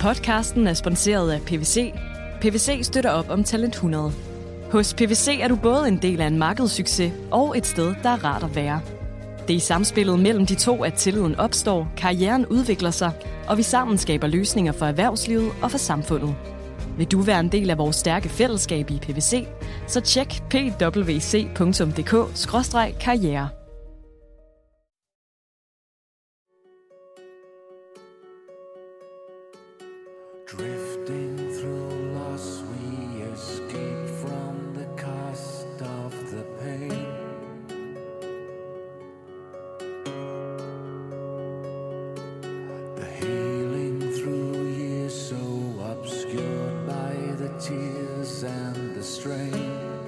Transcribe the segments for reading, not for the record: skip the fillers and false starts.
Podcasten er sponsoreret af PwC. PwC støtter op om Talent 100. Hos PwC er du både en del af en markedssucces og et sted, der er rart at være. Det er i samspillet mellem de to, at tilliden opstår, karrieren udvikler sig, og vi sammen skaber løsninger for erhvervslivet og for samfundet. Vil du være en del af vores stærke fællesskab i PwC, så tjek pwc.dk/karriere. Drifting through loss, we escape from the cost of the pain. The healing through years so obscured by the tears and the strain.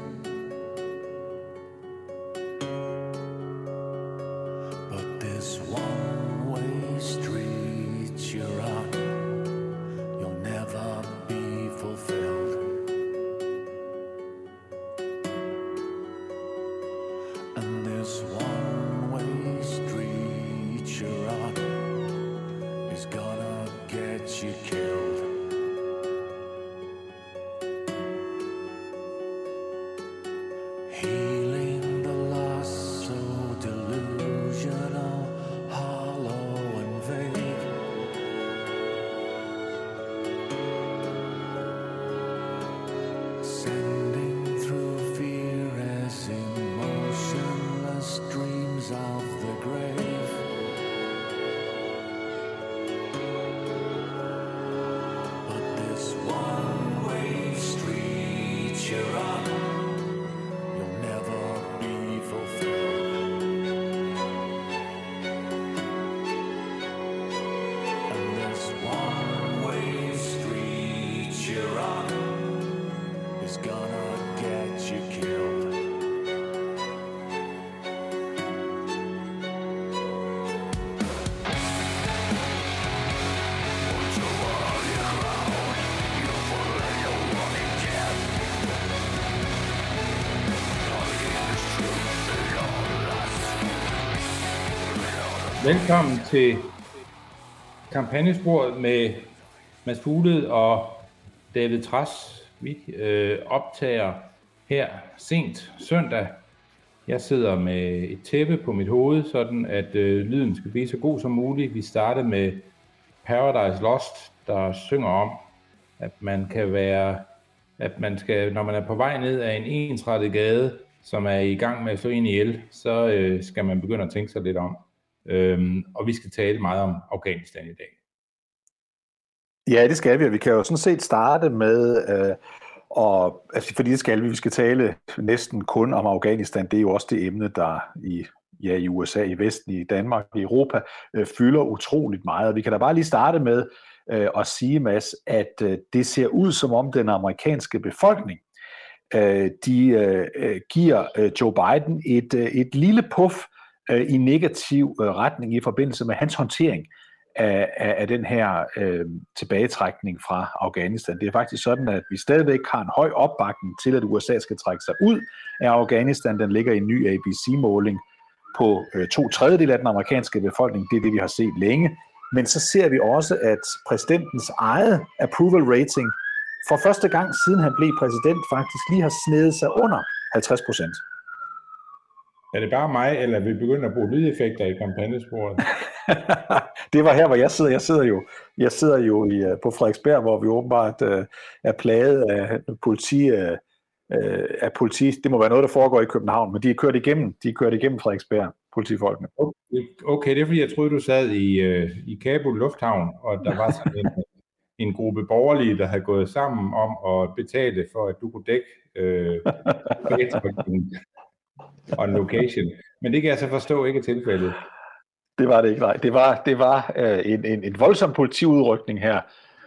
But this one-way street you're on, never be fulfilled. And this one-way street you're on is gonna get you killed. Healing the loss so delusional, hollow and vague. Sending through fear as emotionless dreams of the grave. But this one-way street you're on, you'll never be fulfilled. And this one-way street you're on is gonna get you killed. Velkommen til kampagnesporet med Mads Fuglede og David Trads. Vi optager her sent søndag. Jeg sidder med et tæppe på mit hoved, sådan at lyden skal blive så god som muligt. Vi starter med Paradise Lost, der synger om, at man kan være, at man skal, når man er på vej ned ad en ensrettet gade, som er i gang med at slå en ihjel, så skal man begynde at tænke sig lidt om. Og vi skal tale meget om Afghanistan i dag. Ja, det skal vi, og vi kan jo sådan set starte med, fordi det skal vi skal tale næsten kun om Afghanistan. Det er jo også det emne, der i USA, i Vesten, i Danmark, i Europa, fylder utroligt meget. Og vi kan da bare lige starte med at sige, Mads, at det ser ud som om den amerikanske befolkning, de giver Joe Biden et lille puff i negativ retning i forbindelse med hans håndtering af den her tilbagetrækning fra Afghanistan. Det er faktisk sådan, at vi stadigvæk har en høj opbakning til, at USA skal trække sig ud af Afghanistan. Den ligger i en ny ABC-måling på 2/3 af den amerikanske befolkning. Det er det, vi har set længe. Men så ser vi også, at præsidentens eget approval rating for første gang siden han blev præsident faktisk lige har snedet sig under 50%. Er det bare mig, eller vi begynder at bruge lydeffekter i kampagnesporet? Det var her, hvor jeg sidder. Jeg sidder jo på Frederiksberg, hvor vi åbenbart er plaget af politi. Det må være noget, der foregår i København, men de er kørt igennem Frederiksberg, politifolkene. Okay, det er fordi, jeg troede, du sad i Kabul Lufthavn, og der var sådan en gruppe borgerlige, der havde gået sammen om at betale for, at du kunne dække on location. Men det kan jeg så forstå ikke er tilfældet. Det var det ikke, nej. Det var en voldsom politiudrykning her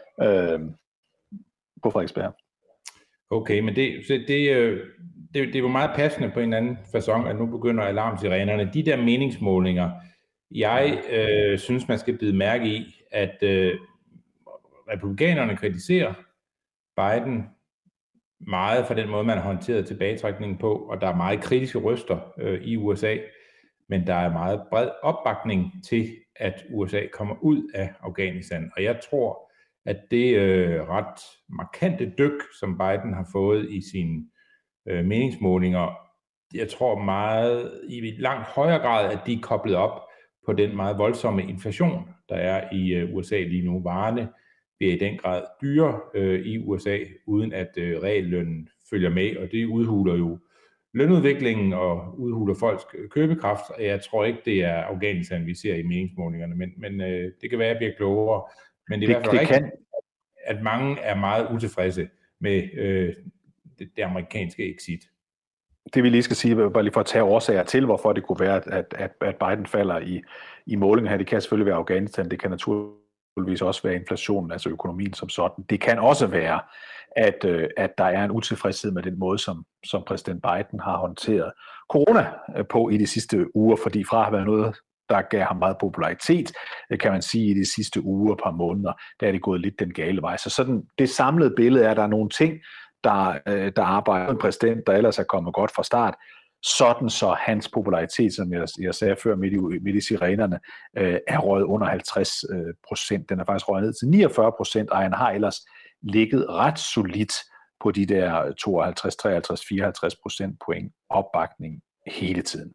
på Frederiksberg. Okay, men det var meget passende på en eller anden facon, at nu begynder alarmsirenerne. De der meningsmålinger, jeg synes, man skal bide mærke i, at republikanerne kritiserer Biden meget for den måde, man har håndteret tilbagetrækningen på, og der er meget kritiske røster i USA, men der er meget bred opbakning til, at USA kommer ud af Afghanistan. Og jeg tror, at det ret markante dyk, som Biden har fået i sine meningsmålinger, jeg tror meget i langt højere grad, at de er koblet op på den meget voldsomme inflation, der er i USA lige nu. Varerne bliver i den grad dyre i USA, uden at reallønnen følger med, og det udhuler jo lønudviklingen og udhuler folks købekraft, og jeg tror ikke, det er Afghanistan, vi ser i meningsmålingerne, men det kan være, at jeg bliver klogere. Men det er i hvert fald rigtigt, at mange er meget utilfredse med det amerikanske exit. Det vi lige skal sige, bare lige for at tage årsager til, hvorfor det kunne være, at Biden falder i målingen her, det kan selvfølgelig være Afghanistan, det kan naturligvis også være inflationen, altså økonomien som sådan. Det kan også være, at der er en utilfredshed med den måde, som præsident Biden har håndteret corona på i de sidste uger, fordi fra at have været noget, der gav ham meget popularitet, kan man sige, i de sidste uger, par måneder, der er det gået lidt den gale vej. Så sådan det samlede billede er, at der er nogle ting, der arbejder en præsident, der ellers er kommet godt fra start, sådan så hans popularitet, som jeg sagde før midt i sirenerne, er røget under 50%. Den er faktisk røget ned til 49%, og han har ellers ligget ret solidt på de der 52, 53, 54% point opbakning hele tiden.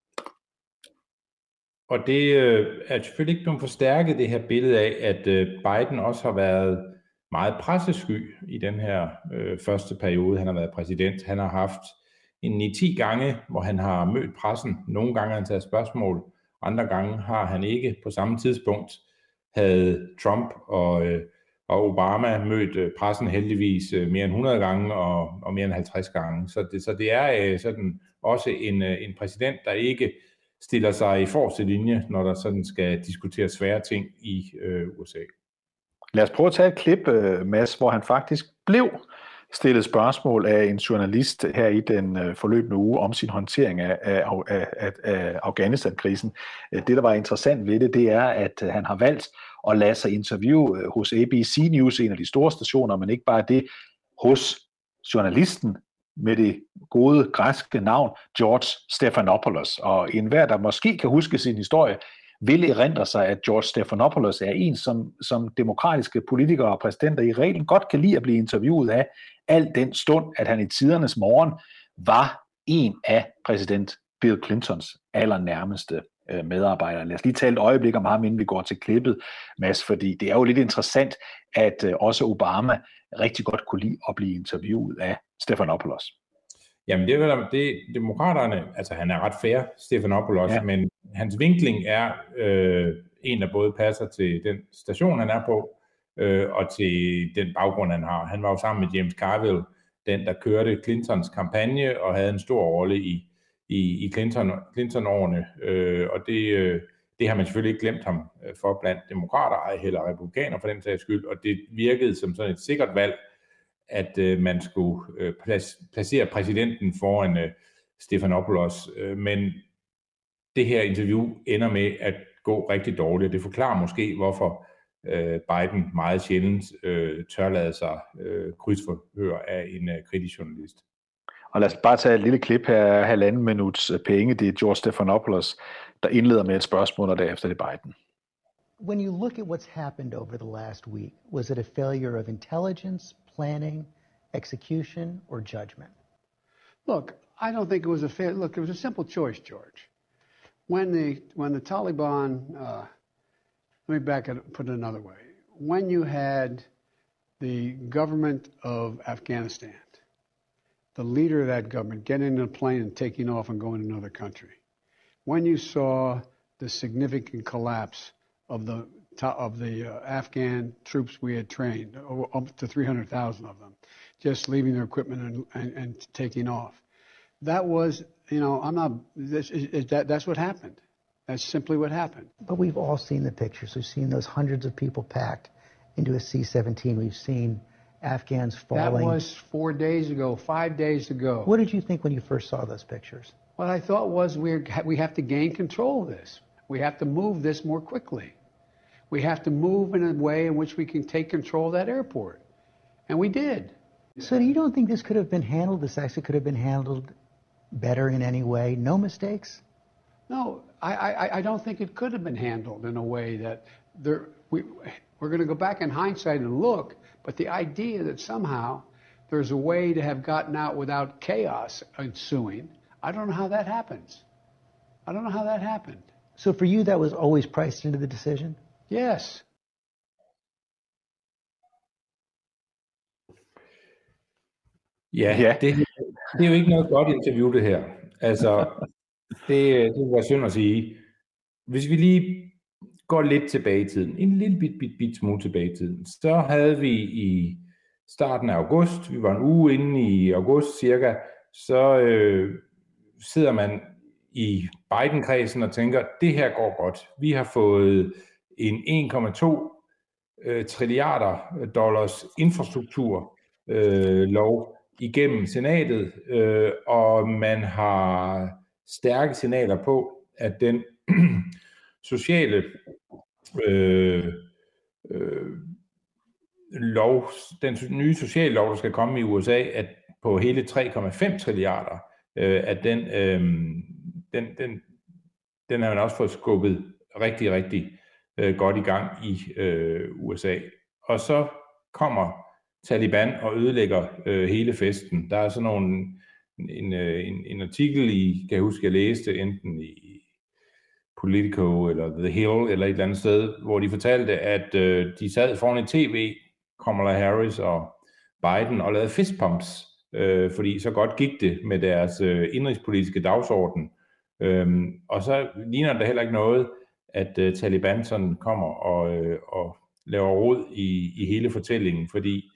Og det er selvfølgelig ikke nogen forstærket det her billede af, at Biden også har været meget pressesky i den her første periode, han har været præsident. Han har haft en 9-10 gange, hvor han har mødt pressen. Nogle gange har han taget spørgsmål, andre gange har han ikke. På samme tidspunkt havde Trump og Obama mødt pressen heldigvis mere end 100 gange og mere end 50 gange. Så det er sådan også en præsident, der ikke stiller sig i forreste linje, når der sådan skal diskutere svære ting i USA. Lad os prøve at tage et klip, Mads, hvor han faktisk blev stillet spørgsmål af en journalist her i den forløbende uge om sin håndtering af Afghanistan-krisen. Det, der var interessant ved det, det er, at han har valgt at lade sig interviewe hos ABC News, en af de store stationer, men ikke bare det, hos journalisten med det gode græske navn George Stephanopoulos. Og enhver, der måske kan huske sin historie, vil erindre sig, at George Stephanopoulos er en, som demokratiske politikere og præsidenter i reglen godt kan lide at blive interviewet af, al den stund, at han i tidernes morgen var en af præsident Bill Clintons allernærmeste medarbejdere. Lad os lige tale et øjeblik om ham, inden vi går til klippet, Mads, fordi det er jo lidt interessant, at også Obama rigtig godt kunne lide at blive interviewet af Stephanopoulos. Jamen det er vel det, demokraterne, altså han er ret fair, Stephanopoulos, ja. Men hans vinkling er en, der både passer til den station, han er på, og til den baggrund, han har. Han var jo sammen med James Carville, den, der kørte Clintons kampagne, og havde en stor rolle i Clinton-årene, og det har man selvfølgelig ikke glemt ham for blandt demokrater, ej heller republikaner for den sags skyld, og det virkede som sådan et sikkert valg, at man skulle placere præsidenten foran Stephanopoulos, men det her interview ender med at gå rigtig dårligt, og det forklarer måske, hvorfor Biden meget sjældent tør lade sig krydsforhøre af en kritisk journalist. Og lad os bare tage et lille klip her, 1,5 minuts penge. Det er George Stephanopoulos, der indleder med et spørgsmål, og derefter det Biden. When you look at what's happened over the last week, was it a failure of intelligence, planning, execution, or judgment? Look, I don't think it was a failure. Look, it was a simple choice, George. When the Taliban, let me put it another way. When you had the government of Afghanistan, the leader of that government getting in a plane and taking off and going to another country, when you saw the significant collapse of the Afghan troops we had trained, up to 300,000 of them, just leaving their equipment and taking off. That was, that's what happened. That's simply what happened. But we've all seen the pictures. We've seen those hundreds of people packed into a C-17. We've seen Afghans falling. That was 4 days ago, 5 days ago. What did you think when you first saw those pictures? What I thought was we have to gain control of this. We have to move this more quickly. We have to move in a way in which we can take control of that airport. And we did. So you don't think this could have been handled, this actually could have been handled better in any way? No mistakes? No, I don't think it could have been handled in a way we're going to go back in hindsight and look, but the idea that somehow there's a way to have gotten out without chaos ensuing, I don't know how that happens. I don't know how that happened. So for you, that was always priced into the decision? Yes. Ja, det er jo ikke noget godt interview, det her. Altså, det var synd at sige. Hvis vi lige går lidt tilbage i tiden, en lille bit smule tilbage i tiden, så havde vi i starten af august, vi var en uge inde i august cirka, så sidder man i Biden-kredsen og tænker, det her går godt. Vi har fået en 1,2 trilliarder dollars infrastrukturlov igennem senatet, og man har stærke signaler på, at den sociale lov, den nye sociale lov, der skal komme i USA, at på hele 3,5 trilliarder, at den har man også fået skubbet rigtig, rigtig godt i gang i USA. Og så kommer Taliban og ødelægger hele festen. Der er sådan en artikel i, kan jeg huske, jeg læste enten i Politico eller The Hill eller et eller andet sted, hvor de fortalte, at de sad foran en tv, Kamala Harris og Biden, og lavede fistpumps, fordi så godt gik det med deres indrigspolitiske dagsorden. Og så ligner det heller ikke noget, at Taliban sådan kommer og laver rod i hele fortællingen, fordi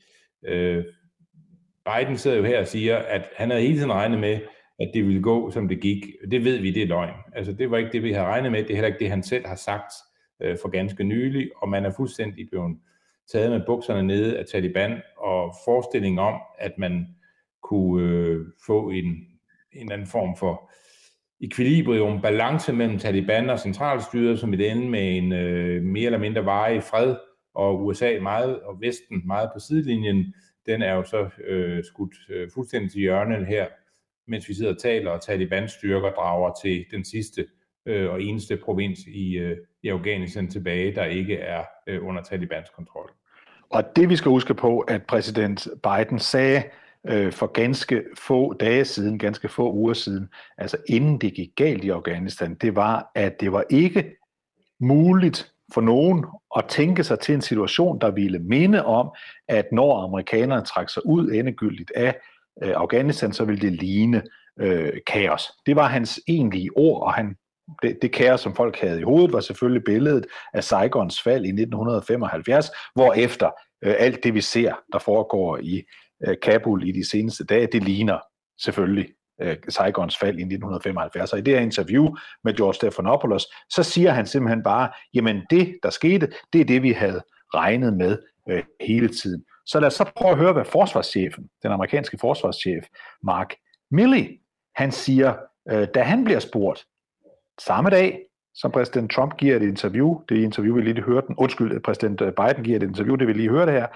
Biden sidder jo her og siger, at han havde hele tiden regnet med, at det ville gå, som det gik. Det ved vi, det er løgn. Altså, det var ikke det, vi havde regnet med. Det er heller ikke det, han selv har sagt for ganske nylig, og man er fuldstændig blevet taget med bukserne nede af Taliban, og forestillingen om, at man kunne få en anden form for equilibrium, balance mellem Taliban og centralstyret, som ville ende med en mere eller mindre varig fred, og USA meget, og Vesten meget på sidelinjen, den er jo så skudt fuldstændig til hjørnet her, mens vi sidder og taler, og Talibans styrker drager til den sidste og eneste provins i Afghanistan tilbage, der ikke er under Talibans kontrol. Og det vi skal huske på, at præsident Biden sagde for ganske få dage siden, ganske få uger siden, altså inden det gik galt i Afghanistan, det var, at det var ikke muligt for nogen at tænke sig til en situation, der ville minde om, at når amerikanerne trak sig ud endegyldigt af Afghanistan, så ville det ligne kaos. Det var hans egentlige ord, og det kaos, som folk havde i hovedet, var selvfølgelig billedet af Saigons fald i 1975, hvorefter alt det, vi ser, der foregår i Kabul i de seneste dage, det ligner selvfølgelig Saigons fald i 1975. Og i det her interview med George Stephanopoulos, så siger han simpelthen bare, jamen det, der skete, det er det, vi havde regnet med hele tiden. Så lad os så prøve at høre, hvad forsvarschefen, den amerikanske forsvarschef, Mark Milley, han siger, da han bliver spurgt samme dag, som præsident Trump giver et interview, det interview, vi lige hørte, præsident Biden giver et interview, det vi lige hørte her,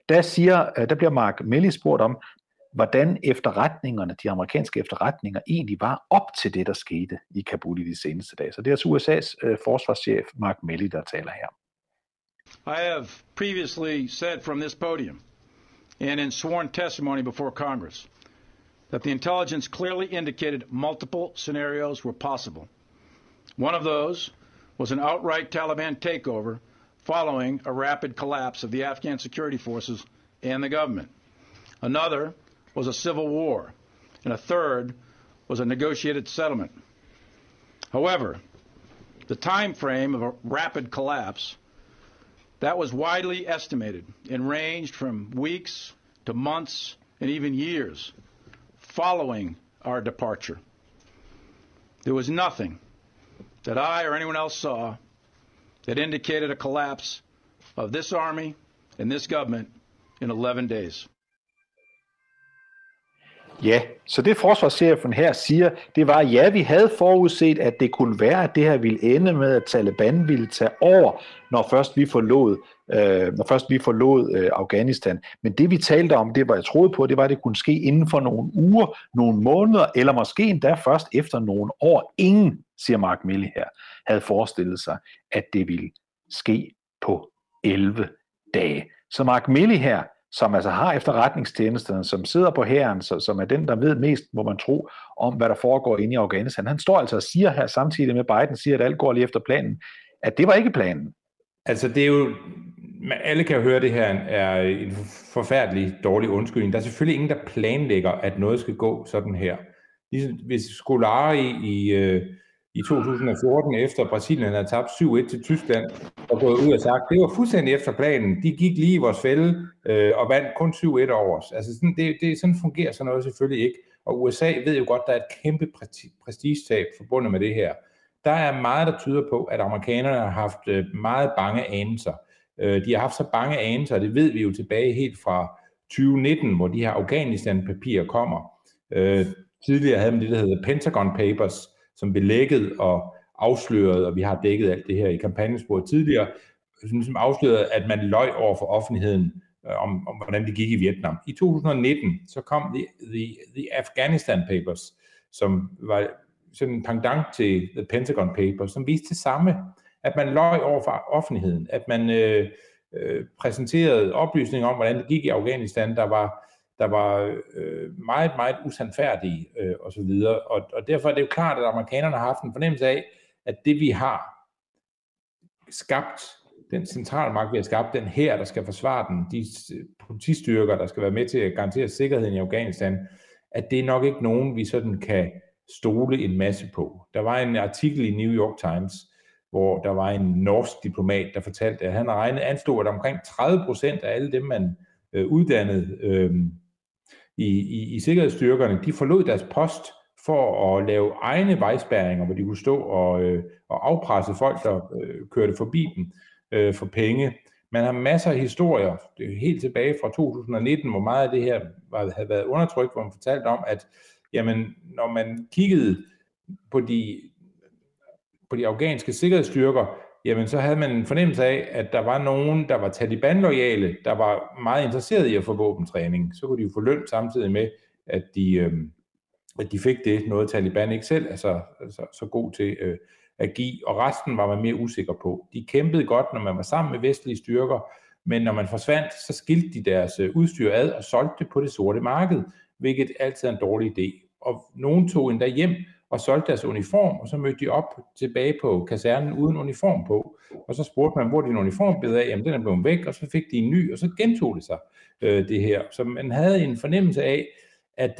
der bliver Mark Milley spurgt om, hvordan efterretningerne, de amerikanske efterretninger, egentlig var op til det, der skete i Kabul i de seneste dage. Så det er altså USA's forsvarschef, Mark Milley, der taler her. I have previously said from this podium and in sworn testimony before Congress that the intelligence clearly indicated multiple scenarios were possible. One of those was an outright Taliban takeover following a rapid collapse of the Afghan security forces and the government. Another was a civil war, and a third was a negotiated settlement. However, the time frame of a rapid collapse that was widely estimated and ranged from weeks to months and even years following our departure. There was nothing that I or anyone else saw that indicated a collapse of this army and this government in 11 days. Ja, så det forsvarschefen her siger, det var, ja, vi havde forudset, at det kunne være, at det her ville ende med, at Taliban ville tage over, når først vi forlod Afghanistan. Men det vi talte om, det var jeg troede på, det var, at det kunne ske inden for nogle uger, nogle måneder, eller måske endda først efter nogle år. Ingen, siger Mark Milley her, havde forestillet sig, at det ville ske på 11 dage. Så Mark Milley her, som altså har efterretningstjenesterne, som sidder på hæren, som er den, der ved mest, må man tro, om hvad der foregår inde i Afghanistan. Han står altså og siger her, samtidig med Biden siger, at alt går lige efter planen, at det var ikke planen. Altså det er jo, alle kan jo høre, at det her er en forfærdelig dårlig undskyldning. Der er selvfølgelig ingen, der planlægger, at noget skal gå sådan her. Ligesom hvis Scolari i 2014, efter Brasilien havde tabt 7-1 til Tyskland, og gået ud og sagt, det var fuldstændig efter planen. De gik lige i vores fælde og vandt kun 7-1 over os. Altså sådan fungerer sådan noget selvfølgelig ikke. Og USA ved jo godt, der er et kæmpe prestigetab forbundet med det her. Der er meget, der tyder på, at amerikanerne har haft meget bange anelser. De har haft så bange anelser, det ved vi jo tilbage helt fra 2019, hvor de her Afghanistan-papirer kommer. Tidligere havde man det, der hedder Pentagon Papers, som blev lækket og afsløret, og vi har dækket alt det her i kampagnesporet tidligere, som afslørede, at man løj over for offentligheden om hvordan det gik i Vietnam. I 2019 så kom the Afghanistan Papers, som var sådan en pendant til the Pentagon Papers, som viste det samme, at man løj over for offentligheden, at man præsenterede oplysninger om, hvordan det gik i Afghanistan, der var meget, meget usandfærdige og så videre. Og derfor er det jo klart, at amerikanerne har haft en fornemmelse af, at det vi har skabt, den centralmagt vi har skabt, den her, der skal forsvare den, de politistyrker, der skal være med til at garantere sikkerheden i Afghanistan, at det er nok ikke nogen, vi sådan kan stole en masse på. Der var en artikel i New York Times, hvor der var en norsk diplomat, der fortalte, at han anslog, at omkring 30% af alle dem, man uddannede i sikkerhedsstyrkerne, de forlod deres post for at lave egne vejspærringer, hvor de kunne stå og afpresse folk, der kørte forbi dem for penge. Man har masser af historier, det er helt tilbage fra 2019, hvor meget af det her havde været undertrykt, hvor man fortalte om, at jamen, når man kiggede på de afghanske sikkerhedsstyrker, jamen så havde man en fornemmelse af, at der var nogen, der var Taliban-loyale, der var meget interesserede i at få våbentræning. Så kunne de jo få løn samtidig med, at de fik det, noget Taliban ikke selv er så god til at give, og resten var man mere usikker på. De kæmpede godt, når man var sammen med vestlige styrker, men når man forsvandt, så skilte de deres udstyr ad og solgte det på det sorte marked, hvilket altid er en dårlig idé. Og nogen tog endda hjem og solgte deres uniform, og så mødte de op tilbage på kasernen uden uniform på. Og så spurgte man, hvor din uniform blev af? Jamen, den er blevet væk, og så fik de en ny, og så gentog det sig det her. Så man havde en fornemmelse af, at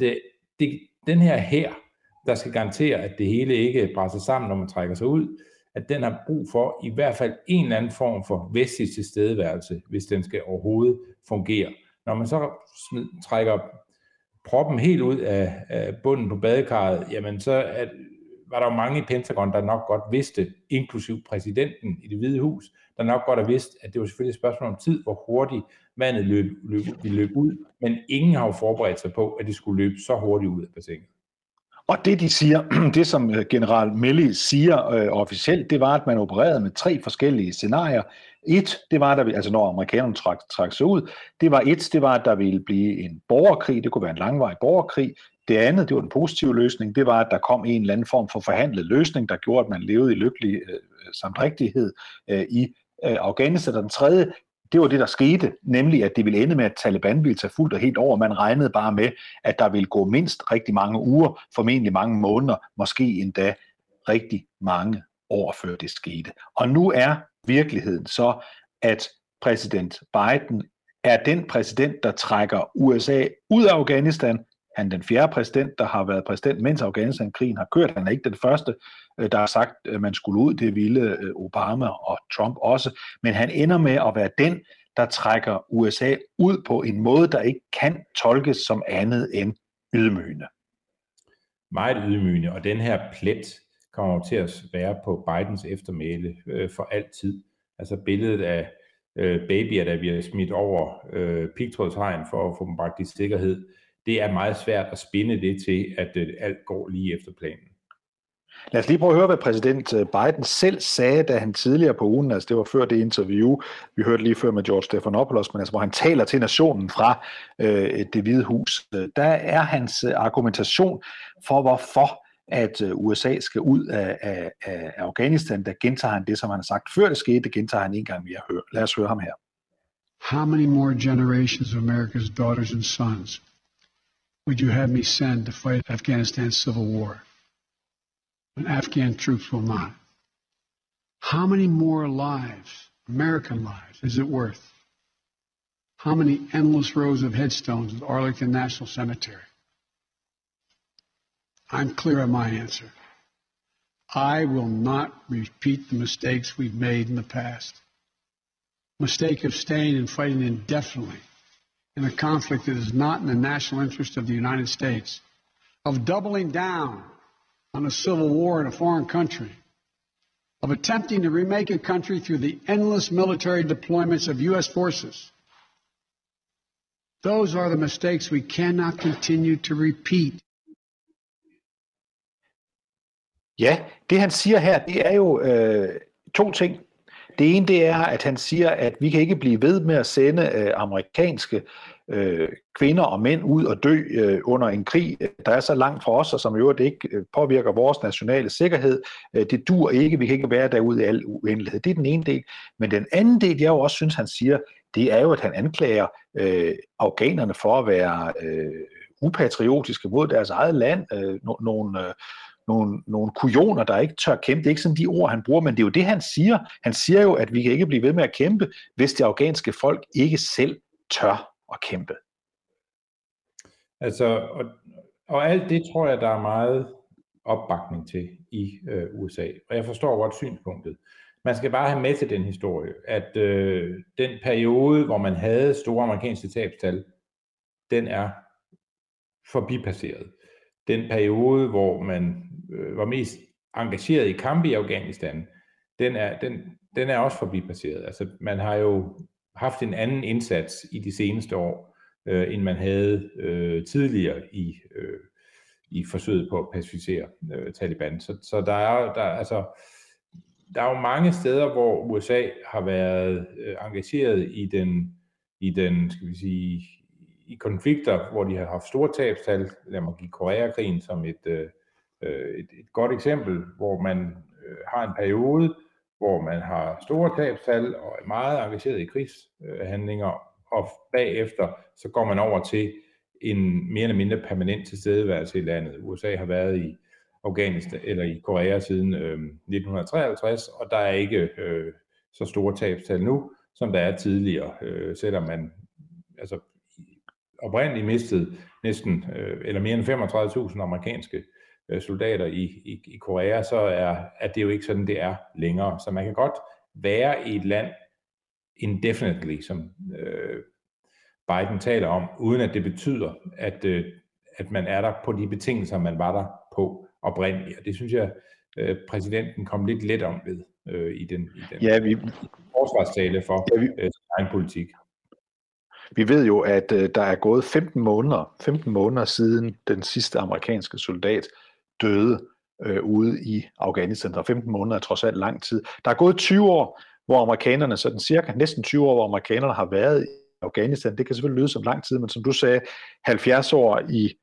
den her hær, der skal garantere, at det hele ikke brænder sammen, når man trækker sig ud, at den har brug for i hvert fald en eller anden form for vestlig tilstedeværelse, hvis den skal overhovedet fungere. Når man så trækker proppen helt ud af bunden på badekarret, jamen så var der jo mange i Pentagon, der nok godt vidste, inklusiv præsidenten i Det Hvide Hus, der nok godt har vidst, at det var selvfølgelig et spørgsmål om tid, hvor hurtigt vandet ville løbe ud, men ingen har jo forberedt sig på, at det skulle løbe så hurtigt ud af bassinet. Og det de siger, det som general Milley siger officielt, det var, at man opererede med 3 forskellige scenarier. Det var, altså når amerikanerne trak sig ud, det var, at der ville blive en borgerkrig, det kunne være en langvarig borgerkrig. Det andet, det var den positive løsning, det var, at der kom en eller anden form for forhandlet løsning, der gjorde, at man levede i lykkelig samdrægtighed i Afghanistan. Og den tredje, det var det, der skete, nemlig at det ville ende med, at Taliban ville tage fuldt og helt over. Man regnede bare med, at der ville gå mindst rigtig mange uger, formentlig mange måneder, måske endda rigtig mange år før det skete. Og nu er virkeligheden så, at præsident Biden er den præsident, der trækker USA ud af Afghanistan. Han er den 4. præsident, der har været præsident, mens Afghanistan-krigen har kørt. Han er ikke den første, der har sagt, at man skulle ud. Det ville Obama og Trump også. Men han ender med at være den, der trækker USA ud på en måde, der ikke kan tolkes som andet end ydmygende. Meget ydmygende, og den her plet kommer til at være på Bidens eftermæle for altid. Altså billedet af babyer, der bliver smidt over pigtrådshegn for at få dem bragt i sikkerhed, det er meget svært at spinde det til, at alt går lige efter planen. Lad os lige prøve at høre, hvad præsident Biden selv sagde, da han tidligere på ugen, altså det var før det interview, vi hørte lige før med George Stephanopoulos, men altså hvor han taler til nationen fra Det Hvide Hus. Der er hans argumentation for, hvorfor at USA skal ud af Afghanistan, der gentager han det, som han har sagt før det skete, det gentager han en gang mere. Lad os høre ham her. How many more generations of America's daughters and sons would you have me send to fight Afghanistan's civil war when Afghan troops will not? How many more lives, American lives, is it worth? How many endless rows of headstones at Arlington National Cemetery? I'm clear on my answer. I will not repeat the mistakes we've made in the past. Mistake of staying and fighting indefinitely in a conflict that is not in the national interest of the United States, of doubling down on a civil war in a foreign country, of attempting to remake a country through the endless military deployments of U.S. forces. Those are the mistakes we cannot continue to repeat. Ja, det han siger her, det er jo to ting. Det ene, det er, at han siger, at vi kan ikke blive ved med at sende amerikanske kvinder og mænd ud og dø under en krig, der er så langt fra os, og som i øvrigt ikke påvirker vores nationale sikkerhed. Det dur ikke, vi kan ikke være derude i al uendelighed. Det er den ene del. Men den anden del, jeg jo også synes, han siger, det er jo, at han anklager afghanerne for at være upatriotiske mod deres eget land, nogle kujoner, der ikke tør kæmpe. Det er ikke sådan de ord, han bruger, men det er jo det, han siger. Han siger jo, at vi kan ikke blive ved med at kæmpe, hvis det afghanske folk ikke selv tør at kæmpe. Altså, og alt det tror jeg, der er meget opbakning til i USA. Og jeg forstår godt synspunktet. Man skal bare have med til den historie, at den periode, hvor man havde store amerikanske tabstal, den er forbipasseret. Den periode, hvor man var mest engageret i kampe i Afghanistan, den er også forbipasseret. Altså, man har jo haft en anden indsats i de seneste år, end man havde tidligere i forsøget på at pacificere Taliban. Så der er jo mange steder, hvor USA har været engageret i den skal vi sige, i konflikter, hvor de har haft store tabstal. Lad mig give Koreakrigen som et godt eksempel, hvor man har en periode, hvor man har store tabstal og er meget engageret i krigshandlinger, og bagefter så går man over til en mere eller mindre permanent tilstedeværelse i landet. USA har været i Afghanistan eller i Korea siden 1953, og der er ikke så store tabstal nu, som der er tidligere, selvom man altså oprindeligt mistede næsten eller mere end 35.000 amerikanske soldater i Korea, så er det jo ikke sådan, det er længere. Så man kan godt være i et land indefinitely, som Biden taler om, uden at det betyder, at man er der på de betingelser, man var der på oprindeligt. Og det synes jeg, præsidenten kom lidt let om ved i den forsvarstale for sin egen politik. Vi ved jo, at der er gået 15 måneder siden den sidste amerikanske soldat døde ude i Afghanistan. Der er 15 måneder er trods alt lang tid. Der er gået 20 år, hvor amerikanerne, sådan cirka næsten 20 år, hvor amerikanerne har været i Afghanistan. Det kan selvfølgelig lyde som lang tid, men som du sagde, 70 år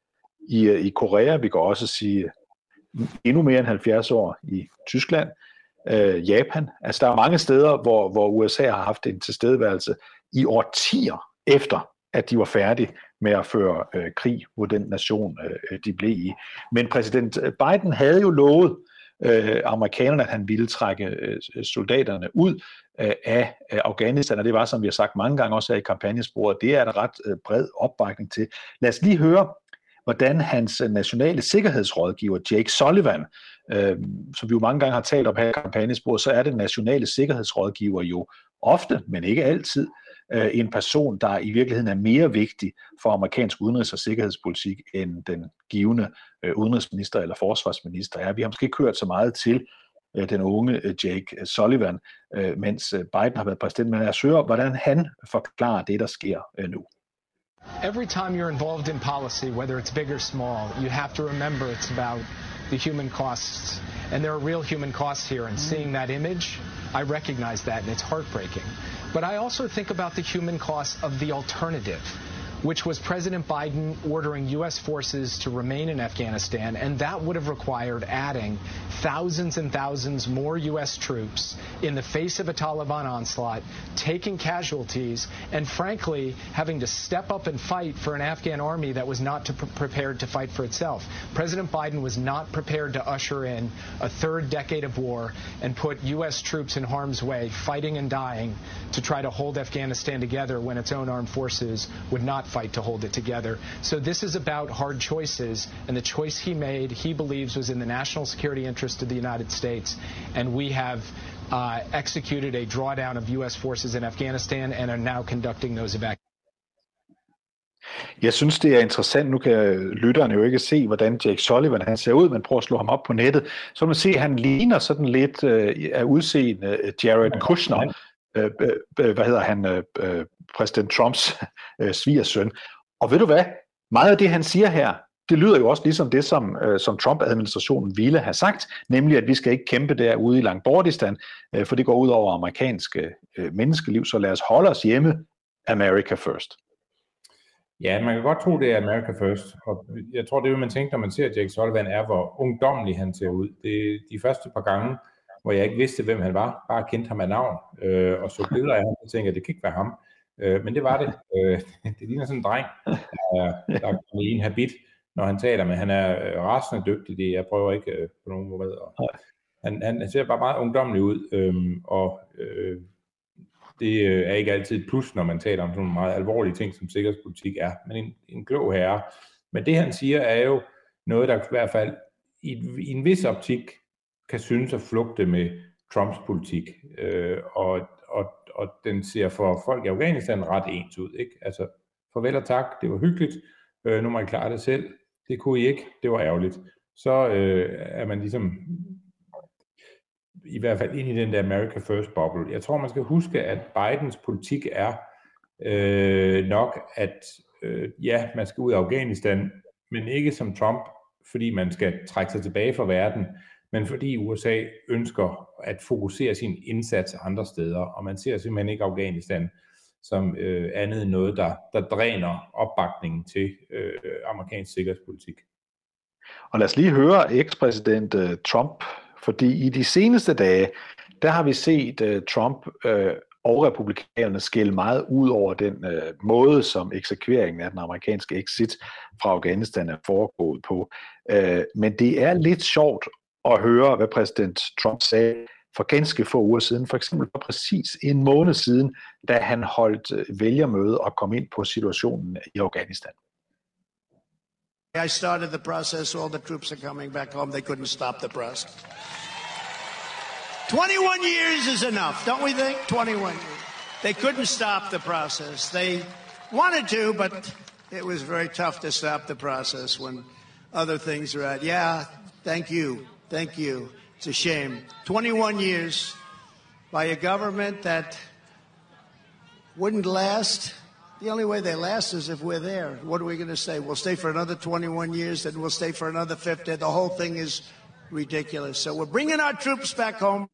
i Korea. Vi kan også sige endnu mere end 70 år i Tyskland, Japan. Altså der er mange steder, hvor USA har haft en tilstedeværelse i årtier efter, at de var færdige med at føre krig mod den nation, de blev i. Men præsident Biden havde jo lovet amerikanerne, at han ville trække soldaterne ud af Afghanistan, og det var, som vi har sagt mange gange også her i kampagnesporet, det er der ret bred opbakning til. Lad os lige høre, hvordan hans nationale sikkerhedsrådgiver, Jake Sullivan, som vi jo mange gange har talt om her i kampagnesporet, så er den nationale sikkerhedsrådgiver jo ofte, men ikke altid, en person, der i virkeligheden er mere vigtig for amerikansk udenrigs- og sikkerhedspolitik, end den givende udenrigsminister eller forsvarsminister er. Vi har måske ikke hørt så meget til den unge Jake Sullivan, mens Biden har været præsident, men lad os høre, hvordan han forklarer det, der sker nu. Every time you're involved in policy, whether it's big or small, you have to remember it's about the human costs. And there are real human costs here, and seeing that image, I recognize that, and it's heartbreaking. But I also think about the human cost of the alternative. which was President Biden ordering U.S. forces to remain in Afghanistan, and that would have required adding thousands and thousands more U.S. troops in the face of a Taliban onslaught, taking casualties, and frankly, having to step up and fight for an Afghan army that was not prepared to fight for itself. President Biden was not prepared to usher in a third decade of war and put U.S. troops in harm's way, fighting and dying to try to hold Afghanistan together when its own armed forces would not fight to hold it together. So this is about hard choices, and the choice he made, he believes, was in the national security interest of the United States, and we have executed a drawdown of U.S. forces in Afghanistan and are now conducting those evacuations. Jeg synes, det er interessant. Nu kan lytterne jo ikke se, hvordan Jake Sullivan han ser ud, men prøv at slå ham op på nettet. Så man se, at han ligner sådan lidt af udseende Jared Kushner. Præsident Trumps svigersøn. Og ved du hvad? Meget af det, han siger her, det lyder jo også ligesom det, som Trump-administrationen ville have sagt, nemlig at vi skal ikke kæmpe derude i Langbordistan, for det går ud over amerikanske menneskeliv, så lad os holde os hjemme. America first. Ja, man kan godt tro, det er America first, og jeg tror, det man tænker, når man ser Jake Sullivan, er, hvor ungdommelig han ser ud. Det de første par gange, hvor jeg ikke vidste, hvem han var, bare kendte ham af navn, og så billeder af ham, og tænkte, at det kan ikke være ham. Men det var det. Det ligner sådan en dreng, der er kommet i en habit, når han taler, men han er rasende dygtig. Jeg prøver ikke på nogen måde. Han ser bare meget ungdommelig ud, og det er ikke altid et plus, når man taler om sådan nogle meget alvorlige ting, som sikkerhedspolitik er, men en klog herre. Men det, han siger, er jo noget, der i hvert fald i en vis optik kan synes at flugte med Trumps politik, og den ser for folk i Afghanistan ret ens ud, ikke? Altså, farvel og tak, det var hyggeligt, nu må I klare det selv, det kunne I ikke, det var ærgerligt. Så er man ligesom i hvert fald ind i den der America First bubble. Jeg tror, man skal huske, at Bidens politik er nok, at ja, man skal ud af Afghanistan, men ikke som Trump, fordi man skal trække sig tilbage fra verden, men fordi USA ønsker at fokusere sin indsats andre steder, og man ser simpelthen ikke Afghanistan som andet end noget, der dræner opbakningen til amerikansk sikkerhedspolitik. Og lad os lige høre ekspræsident Trump, fordi i de seneste dage, der har vi set Trump og republikanerne skille meget ud over den måde, som eksekveringen af den amerikanske exit fra Afghanistan er foregået på. Men det er lidt sjovt at høre, hvad præsident Trump sagde for ganske få uger siden, for eksempel for præcis en måned siden, da han holdt vælgermøde og kom ind på situationen i Afghanistan. I started the process. All the troops are coming back home. They couldn't stop the process. 21 years is enough, don't we think? 21 years. They couldn't stop the process. They wanted to, but it was very tough to stop the process when other things are out. Yeah, thank you. Thank you. It's a shame. 21 years by a government that wouldn't last. The only way they last is if we're there. What are we going to say? We'll stay for another 21 years, then we'll stay for another 50. The whole thing is ridiculous. So we're bringing our troops back home.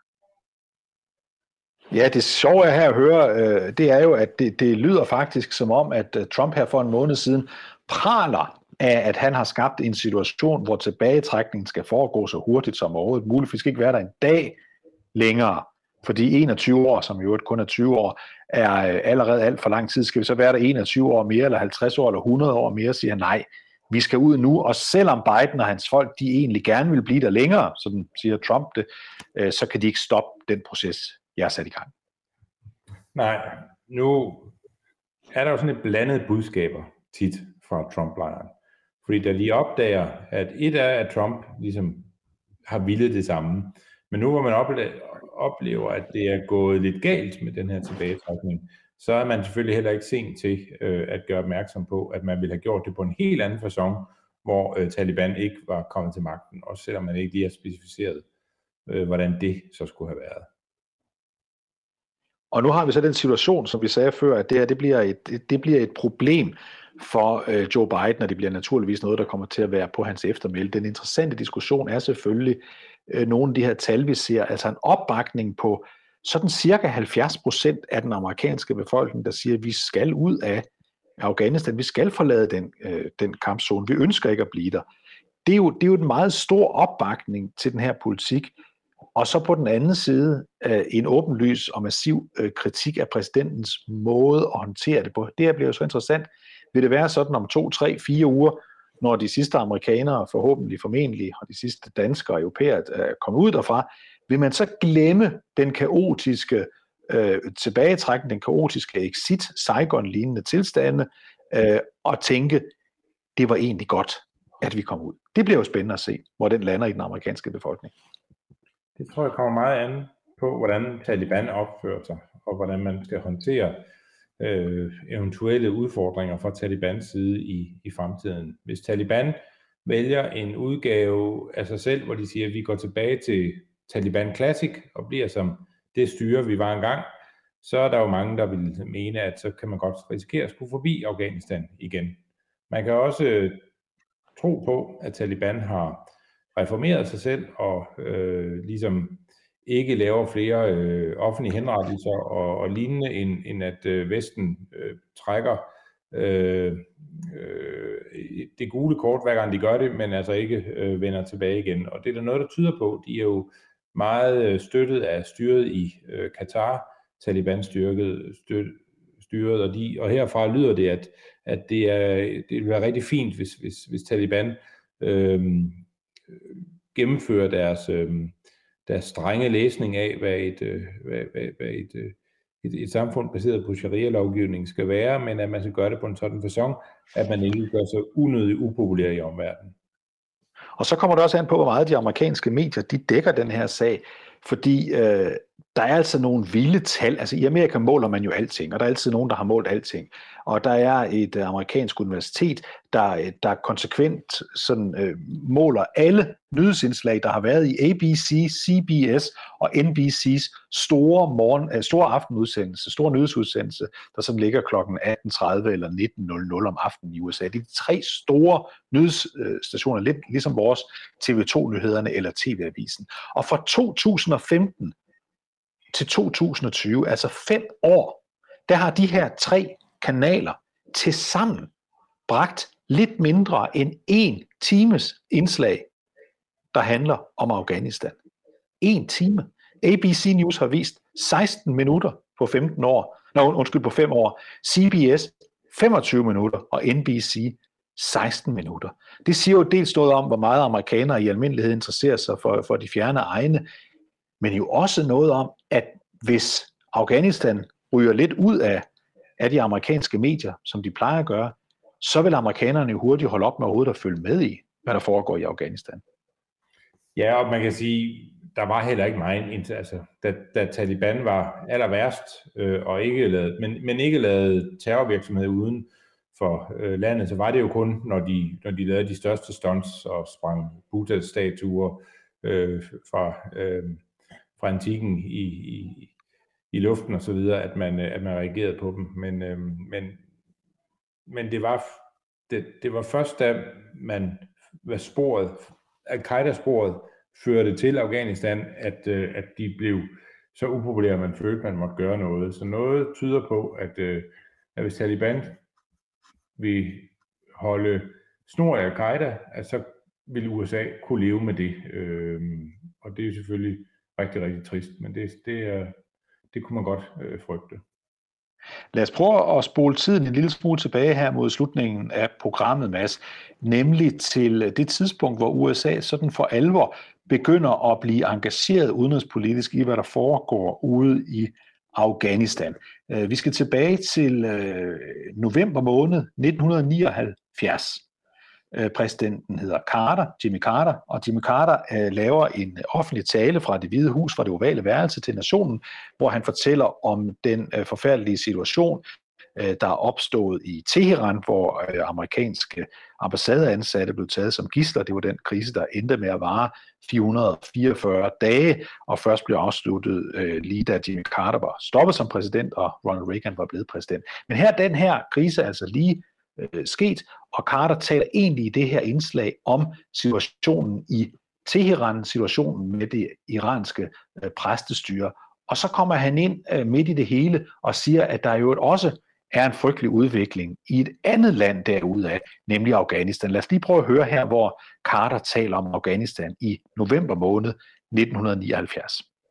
Ja, det sjove er her at høre, det er jo, at det lyder faktisk som om, at Trump her for en måned siden praler af, at han har skabt en situation, hvor tilbagetrækningen skal foregå så hurtigt som overhovedet muligt. Vi skal ikke være der en dag længere, fordi 21 år, som jo kun er 20 år, er allerede alt for lang tid. Skal vi så være der 21 år mere, eller 50 år, eller 100 år mere, siger han nej. Vi skal ud nu, og selvom Biden og hans folk, de egentlig gerne vil blive der længere, sådan siger Trump det, så kan de ikke stoppe den proces, jeg har sat i gang. Nej, nu er der jo sådan et blandet budskaber tit fra Trump-lejren. Fordi der lige opdager, at et er, at Trump ligesom har villet det samme. Men nu hvor man oplever, at det er gået lidt galt med den her tilbagetrækning, så er man selvfølgelig heller ikke sent til at gøre opmærksom på, at man ville have gjort det på en helt anden facon, hvor Taliban ikke var kommet til magten, også selvom man ikke lige har specificeret, hvordan det så skulle have været. Og nu har vi så den situation, som vi sagde før, at det her det bliver et problem for Joe Biden, og det bliver naturligvis noget, der kommer til at være på hans eftermæle. Den interessante diskussion er selvfølgelig nogle af de her tal, vi ser, altså en opbakning på sådan cirka 70% af den amerikanske befolkning, der siger, at vi skal ud af Afghanistan. Vi skal forlade den kampzone. Vi ønsker ikke at blive der. Det er jo en meget stor opbakning til den her politik. Og så på den anden side en åbenlys og massiv kritik af præsidentens måde at håndtere det på. Det her bliver jo så interessant. Vil det være sådan om 2, 3, 4 uger, når de sidste amerikanere formentlig, og de sidste danskere og europæere kommer ud derfra, vil man så glemme den kaotiske tilbagetrækning, den kaotiske exit, Saigon-lignende tilstande, og tænke, det var egentlig godt, at vi kom ud. Det bliver jo spændende at se, hvor den lander i den amerikanske befolkning. Det tror jeg kommer meget an på, hvordan Taliban opfører sig, og hvordan man skal håndtere eventuelle udfordringer fra Talibans side i fremtiden. Hvis Taliban vælger en udgave af sig selv, hvor de siger, at vi går tilbage til Taliban Classic og bliver som det styre, vi var engang, så er der jo mange, der vil mene, at så kan man godt risikere at skulle forbi Afghanistan igen. Man kan også tro på, at Taliban har reformeret sig selv og ligesom ikke laver flere offentlige henrettelser og lignende, end at Vesten trækker det gule kort, hver gang de gør det, men altså ikke vender tilbage igen. Og det er der noget, der tyder på. De er jo meget støttet af styret i Katar, Taliban styret, og herfra lyder det, at det vil være rigtig fint, hvis Taliban gennemfører deres strenge læsning af, hvad et samfund baseret på sharia-lovgivning skal være, men at man skal gøre det på en sådan facon, at man ikke gør sig unødigt upopulær i omverdenen. Og så kommer det også an på, hvor meget de amerikanske medier, de dækker den her sag, fordi der er altså nogle vilde tal. Altså i Amerika måler man jo alting, og der er altid nogen, der har målt alting. Og der er et amerikansk universitet, der konsekvent sådan, måler alle nyhedsindslag, der har været i ABC, CBS og NBC's store aftenudsendelse, store nyhedsudsendelse, der sådan ligger kl. 18:30 eller 19:00 om aftenen i USA. Det er de 3 store nyhedsstationer, lidt ligesom vores TV2-nyhederne eller TV-avisen. Og fra 2015 til 2020, altså 5 år, der har de her 3 kanaler til sammen bragt lidt mindre end 1 times indslag, der handler om Afghanistan. 1 time. ABC News har vist 16 minutter på på 5 år. CBS 25 minutter, og NBC 16 minutter. Det siger jo dels noget om, hvor meget amerikanere i almindelighed interesserer sig for de fjerne egne, men jo også noget om, at hvis Afghanistan ryger lidt ud af de amerikanske medier, som de plejer at gøre, så vil amerikanerne jo hurtigt holde op med overhovedet at følge med i, hvad der foregår i Afghanistan. Ja, og man kan sige, der var heller ikke meget, altså, da Taliban var aller værst, og ikke lavede terrorvirksomhed uden for landet, så var det jo kun, når de lavede de største stunts og sprang Buddha-statuer fra antikken i luften og så videre, at man reagerede på dem. Men det var først, da al-Qaida-sporet førte til Afghanistan, at de blev så upopulære, man følte, man måtte gøre noget. Så noget tyder på, at hvis Taliban vil holde snor af al-Qaida, at så vil USA kunne leve med det. Og det er jo selvfølgelig rigtig, rigtig trist, men det kunne man godt frygte. Lad os prøve at spole tiden en lille smule tilbage her mod slutningen af programmet, Mads, nemlig til det tidspunkt, hvor USA sådan for alvor begynder at blive engageret udenrigspolitisk i, hvad der foregår ude i Afghanistan. Vi skal tilbage til november måned 1979. Præsidenten hedder Jimmy Carter, og Jimmy Carter laver en offentlig tale fra Det Hvide Hus, fra det ovale værelse til nationen, hvor han fortæller om den forfærdelige situation, der er opstået i Teheran, hvor amerikanske ambassadeansatte blev taget som gidsler. Det var den krise, der endte med at vare 444 dage, og først blev afsluttet lige da Jimmy Carter var stoppet som præsident, og Ronald Reagan var blevet præsident. Men her den her krise altså lige sket, og Carter taler egentlig i det her indslag om situationen i Teheran, situationen med det iranske præstestyre. Og så kommer han ind midt i det hele og siger, at der jo også er en frygtelig udvikling i et andet land derudaf, nemlig Afghanistan. Lad os lige prøve at høre her, hvor Carter taler om Afghanistan i november måned 1979.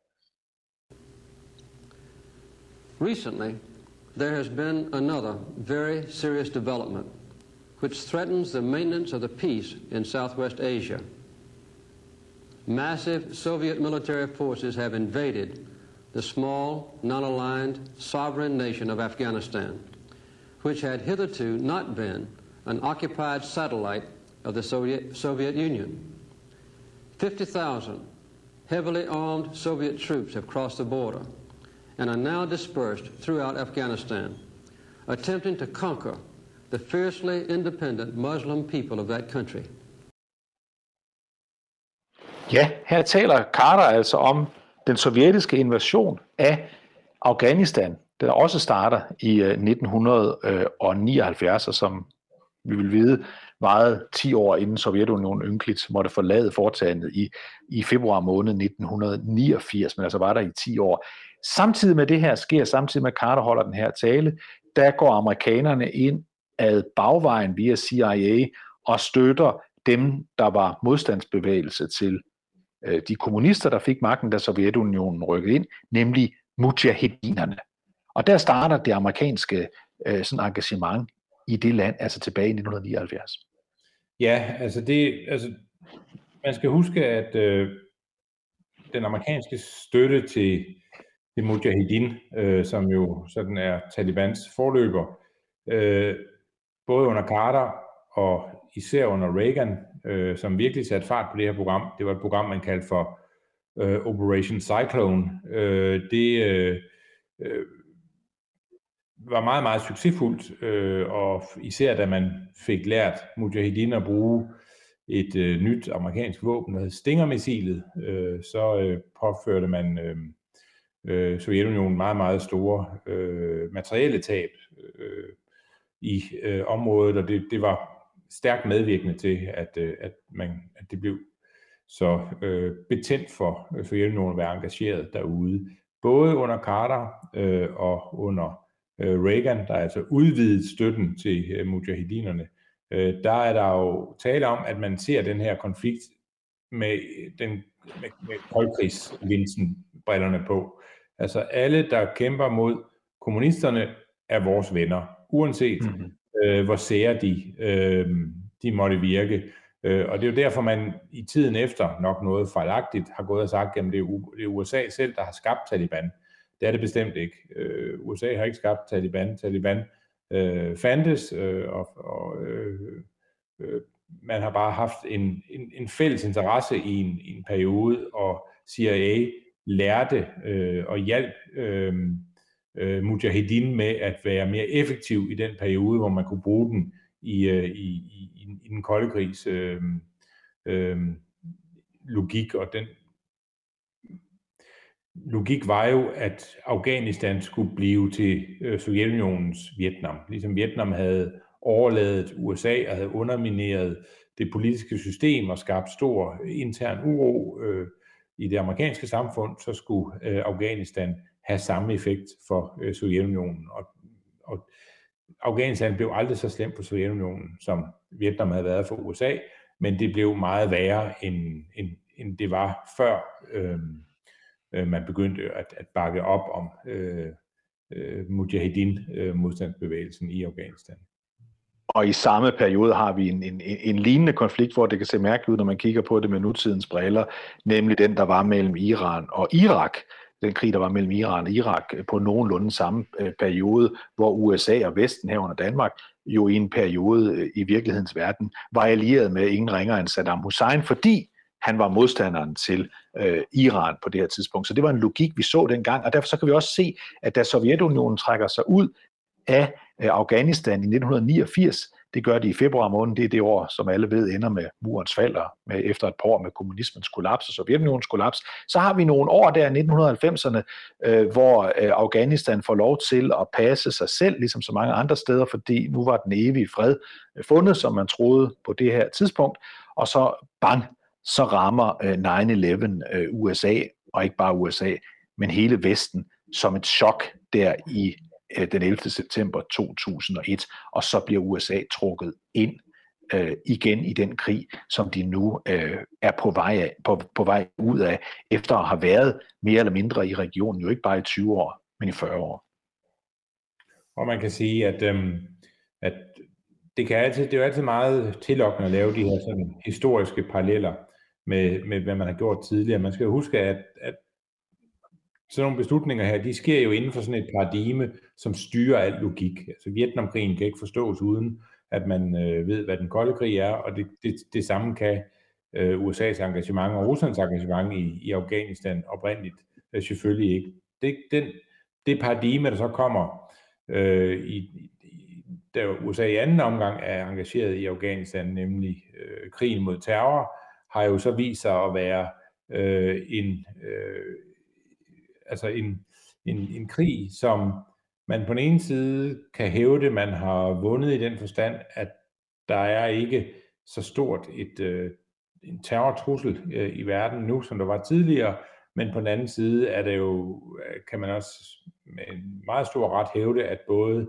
Recently, there has been another very serious development which threatens the maintenance of the peace in Southwest Asia. Massive Soviet military forces have invaded the small, non-aligned, sovereign nation of Afghanistan, which had hitherto not been an occupied satellite of the Soviet Union. 50,000 heavily armed Soviet troops have crossed the border and are now dispersed throughout Afghanistan, attempting to conquer the fiercely independent Muslim people of that country. Ja, her taler Carter altså om den sovjetiske invasion af Afghanistan, der også starter i 1979, og som vi vil vide varede 10 år inden Sovjetunionen ynkeligt måtte forlade foretagendet i februar måned 1989, men altså var der i 10 år. Samtidig med det her sker, samtidig med Carter holder den her tale, der går amerikanerne ind ad bagvejen via CIA og støtter dem, der var modstandsbevægelse til de kommunister, der fik magten, da Sovjetunionen rykkede ind, nemlig mujahedinerne. Og der starter det amerikanske sådan engagement i det land, altså tilbage i 1979. Ja, altså man skal huske, at den amerikanske støtte til Mujahedin, som jo sådan er Talibans forløber, både under Carter og især under Reagan, som virkelig satte fart på det her program. Det var et program, man kaldte for Operation Cyclone. Det var meget, meget succesfuldt, og især da man fik lært Mujahedin at bruge et nyt amerikansk våben, der hed Stinger-missilet, så påførte man Sovjetunionen meget, meget store materielle tab i området, og det var stærkt medvirkende til, at det blev så betændt for Sovjetunionen at være engageret derude. Både under Carter og under Reagan, der altså udvidede støtten til mujahedinerne, der er der jo tale om, at man ser den her konflikt med koldkrigslinsen brillerne på. Altså alle, der kæmper mod kommunisterne, er vores venner, uanset hvor sære de måtte virke. Og det er jo derfor, man i tiden efter nok noget fejlagtigt har gået og sagt, at det er USA selv, der har skabt Taliban. Det er det bestemt ikke. USA har ikke skabt Taliban. Taliban fandtes, og man har bare haft en fælles interesse i en periode, og CIA lærte og hjalp Mujahedin med at være mere effektiv i den periode, hvor man kunne bruge den i den kolde krigs logik, og den logik var jo, at Afghanistan skulle blive til Sovjetunionens Vietnam. Ligesom Vietnam havde overladet USA og havde undermineret det politiske system og skabt stor intern uro i det amerikanske samfund, så skulle Afghanistan have samme effekt for Sovjetunionen. Og Afghanistan blev aldrig så slemt for Sovjetunionen, som Vietnam havde været for USA, men det blev meget værre, end det var før man begyndte at bakke op om Mujahedin-modstandsbevægelsen i Afghanistan. Og i samme periode har vi en lignende konflikt, hvor det kan se mærkeligt ud, når man kigger på det med nutidens briller, nemlig den, der var mellem Iran og Irak. Den krig, der var mellem Iran og Irak på nogenlunde samme periode, hvor USA og Vesten herunder Danmark jo i en periode i virkelighedens verden var allieret med ingen ringere end Saddam Hussein, fordi han var modstanderen til Iran på det her tidspunkt. Så det var en logik, vi så dengang, og derfor så kan vi også se, at da Sovjetunionen trækker sig ud af Afghanistan i 1989, det gør de i februar måned, det er det år, som alle ved ender med murens fald, med efter et par år med kommunismens kollaps og Sovjetunionens kollaps, så har vi nogle år der i 1990'erne, hvor Afghanistan får lov til at passe sig selv, ligesom så mange andre steder, fordi nu var den evige fred fundet, som man troede på det her tidspunkt, og så bang, så rammer 9/11 USA, og ikke bare USA, men hele Vesten, som et chok der i den 11. september 2001, og så bliver USA trukket ind igen i den krig, som de nu er på vej ud af, efter at have været mere eller mindre i regionen, jo ikke bare i 20 år, men i 40 år. Og man kan sige, at det er jo altid meget tillokkende at lave de her sådan historiske paralleller med hvad man har gjort tidligere. Man skal jo huske, at sådan nogle beslutninger her, de sker jo inden for sådan et paradigme, som styrer al logik. Altså Vietnamkrigen kan ikke forstås uden, at man ved, hvad den kolde krig er, og det samme kan USA's engagement og Ruslands engagement i Afghanistan oprindeligt selvfølgelig ikke. Det paradigme, der så kommer, da USA i anden omgang er engageret i Afghanistan, nemlig krigen mod terror, har jo så vist sig at være en krig, som man på den ene side kan hævde, man har vundet i den forstand, at der er ikke så stort en terrortrussel i verden nu, som der var tidligere, men på den anden side er det jo, kan man også med en meget stor ret hævde, at både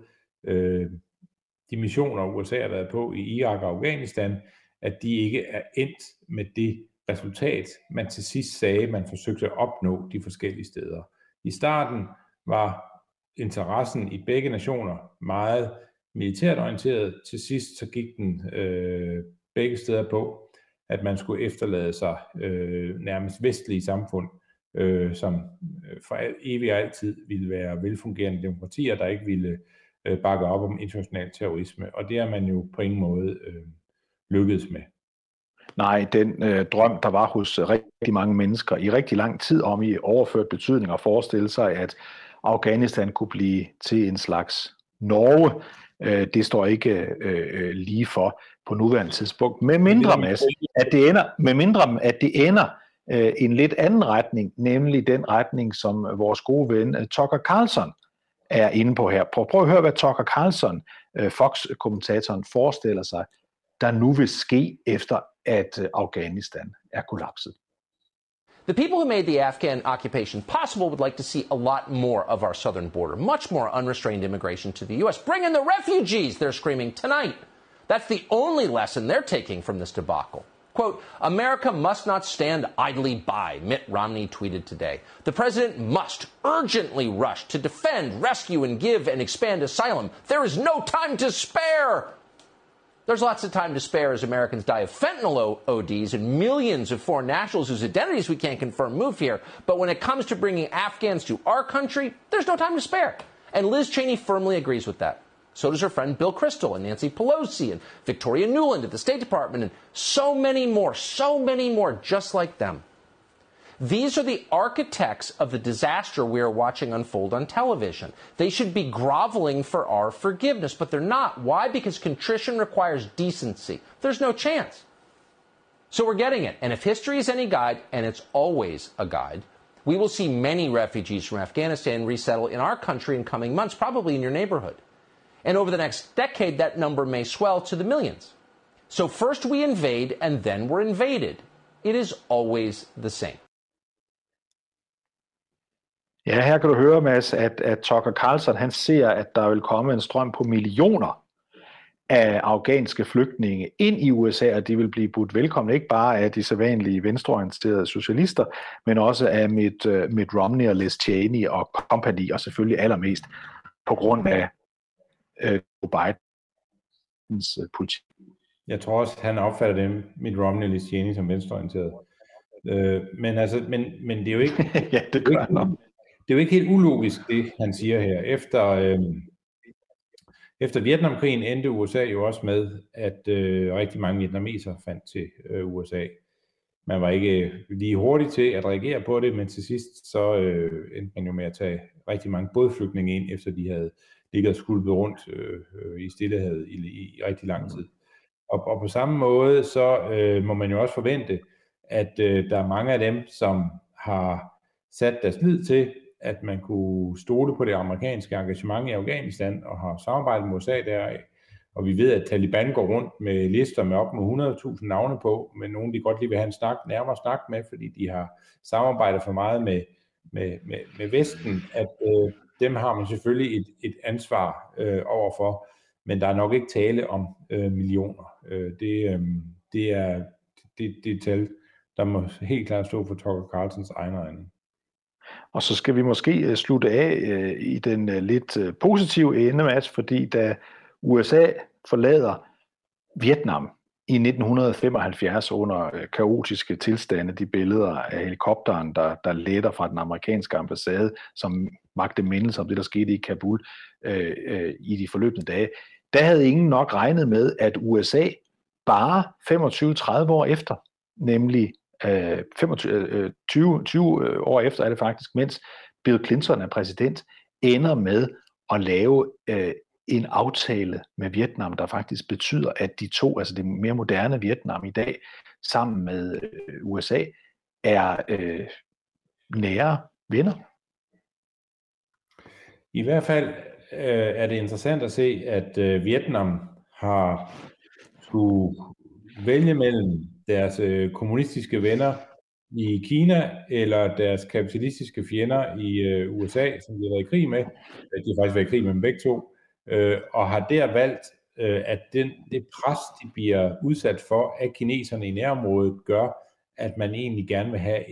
de missioner, USA har været på i Irak og Afghanistan, at de ikke er endt med det resultat, man til sidst sagde, man forsøgte at opnå de forskellige steder. I starten var interessen i begge nationer meget militært orienteret. Til sidst så gik den begge steder på, at man skulle efterlade sig nærmest vestlige samfund, som for evigt og altid ville være velfungerende demokratier, der ikke ville bakke op om international terrorisme. Og det er man jo på ingen måde lykkedes med. Nej, den drøm, der var hos rigtig mange mennesker i rigtig lang tid om i overført betydning at forestille sig, at Afghanistan kunne blive til en slags Norge, det står ikke lige for på nuværende tidspunkt. Med mindre, Mads, at det ender en lidt anden retning, nemlig den retning, som vores gode ven Tucker Carlson er inde på her. Prøv at høre, hvad Tucker Carlson, Fox-kommentatoren, forestiller sig, der nu vil ske efter, at Afghanistan er kollapset. The people who made the Afghan occupation possible would like to see a lot more of our southern border, much more unrestrained immigration to the U.S. Bring in the refugees, they're screaming tonight. That's the only lesson they're taking from this debacle. Quote, America must not stand idly by, Mitt Romney tweeted today. The president must urgently rush to defend, rescue, and give and expand asylum. There is no time to spare. There's lots of time to spare as Americans die of fentanyl ODs and millions of foreign nationals whose identities we can't confirm move here. But when it comes to bringing Afghans to our country, there's no time to spare. And Liz Cheney firmly agrees with that. So does her friend Bill Kristol and Nancy Pelosi and Victoria Nuland at the State Department and so many more just like them. These are the architects of the disaster we are watching unfold on television. They should be groveling for our forgiveness, but they're not. Why? Because contrition requires decency. There's no chance. So we're getting it. And if history is any guide, and it's always a guide, we will see many refugees from Afghanistan resettle in our country in coming months, probably in your neighborhood. And over the next decade, that number may swell to the millions. So first we invade, and then we're invaded. It is always the same. Ja, her kan du høre, Mads, at Tucker Carlson, han ser, at der vil komme en strøm på millioner af afghanske flygtninge ind i USA, og de vil blive budt velkommen, ikke bare af de sædvanlige venstreorienterede socialister, men også af Mitt Romney og Liz Cheney og company, og selvfølgelig allermest på grund af Joe Bidens politik. Jeg tror også, han opfatter dem, Mitt Romney og Liz Cheney, som venstreorienteret. Men det er jo ikke... Ja, det gør han nok. Det er jo ikke helt ulogisk, det han siger her. Efter Vietnamkrigen endte USA jo også med, at rigtig mange vietnamesere fandt til USA. Man var ikke lige hurtig til at reagere på det, men til sidst så endte man jo med at tage rigtig mange bådflygtninge ind, efter de havde ligget og skulpet rundt i Stillehavet i rigtig lang tid. Og på samme måde, så må man jo også forvente, at der er mange af dem, som har sat deres lid til, at man kunne stole på det amerikanske engagement i Afghanistan og har samarbejdet med USA deraf. Og vi ved, at Taliban går rundt med lister med op med 100.000 navne på, men nogen, de godt lige vil have en nærmere snak med, fordi de har samarbejdet for meget med Vesten, dem har man selvfølgelig et ansvar overfor, men der er nok ikke tale om millioner. Det er et tal, der må helt klart stå for Tucker Carlsons egne øjne. Og så skal vi måske slutte af i den lidt positive ende, Mads, fordi da USA forlader Vietnam i 1975 under kaotiske tilstande, de billeder af helikopteren, der letter fra den amerikanske ambassade, som magte mindelse om det, der skete i Kabul i de forløbende dage, der havde ingen nok regnet med, at USA bare 25-30 år efter, nemlig 20 år efter er det faktisk, mens Bill Clinton er præsident, ender med at lave en aftale med Vietnam, der faktisk betyder, at de to, altså det mere moderne Vietnam i dag, sammen med USA, er nære venner. I hvert fald er det interessant at se, at Vietnam har skulle vælge mellem deres kommunistiske venner i Kina eller deres kapitalistiske fjender i USA, som de har været i krig med. De har faktisk været i krig med dem begge to, og har der valgt, at det pres, de bliver udsat for af kineserne i nærområdet, gør, at man egentlig gerne vil have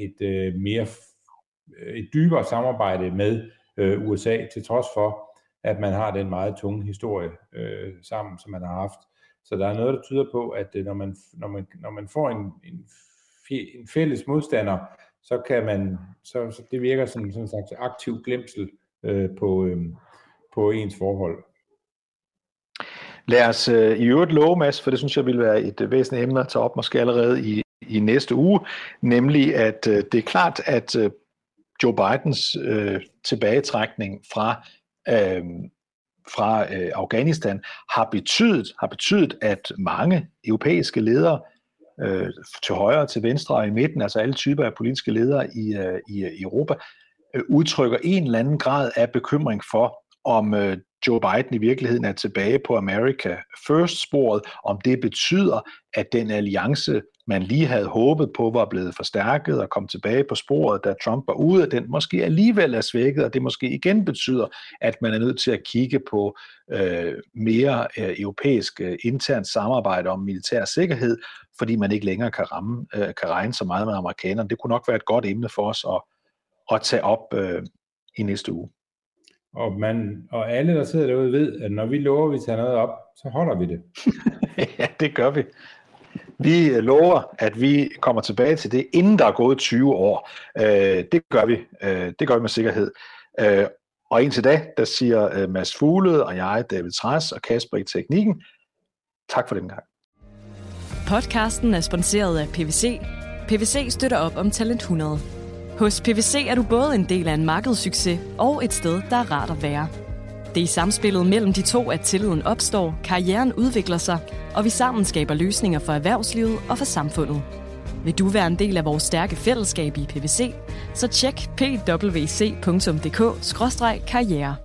et dybere samarbejde med USA, til trods for, at man har den meget tunge historie sammen, som man har haft. Så der er noget, der tyder på, at når man får en fælles modstander, så kan man, så det virker som sådan en slags aktiv glemsel på ens forhold. Lad os i øvrigt love, Mads, for det synes jeg vil være et væsentligt emne at tage op måske allerede i næste uge, nemlig at det er klart, at Joe Bidens tilbagetrækning fra Afghanistan har betydet, at mange europæiske ledere til højre og til venstre og i midten, altså alle typer af politiske ledere i Europa, udtrykker en eller anden grad af bekymring for, om Joe Biden i virkeligheden er tilbage på America First-sporet, om det betyder, at den alliance, man lige havde håbet på, var blevet forstærket og kom tilbage på sporet, da Trump var ude, at den måske alligevel er svækket, og det måske igen betyder, at man er nødt til at kigge på mere europæisk internt samarbejde om militær sikkerhed, fordi man ikke længere kan regne så meget med amerikanerne. Det kunne nok være et godt emne for os at tage op i næste uge. Og alle, der sidder derude, ved, at når vi lover, at vi tager noget op, så holder vi det. Ja, det gør vi. Vi lover, at vi kommer tilbage til det, inden der er gået 20 år. Det gør vi. Det gør vi med sikkerhed. Og indtil da, der siger Mads Fuglede og jeg, David Trads og Kasper i teknikken. Tak for den gang. Podcasten er sponsoreret af PwC. PwC støtter op om Talent 100. Hos PwC er du både en del af en markedssucces og et sted, der er rart at være. Det er i samspillet mellem de to, at tilliden opstår, karrieren udvikler sig, og vi sammen skaber løsninger for erhvervslivet og for samfundet. Vil du være en del af vores stærke fællesskab i PwC, så tjek pwc.dk/karriere.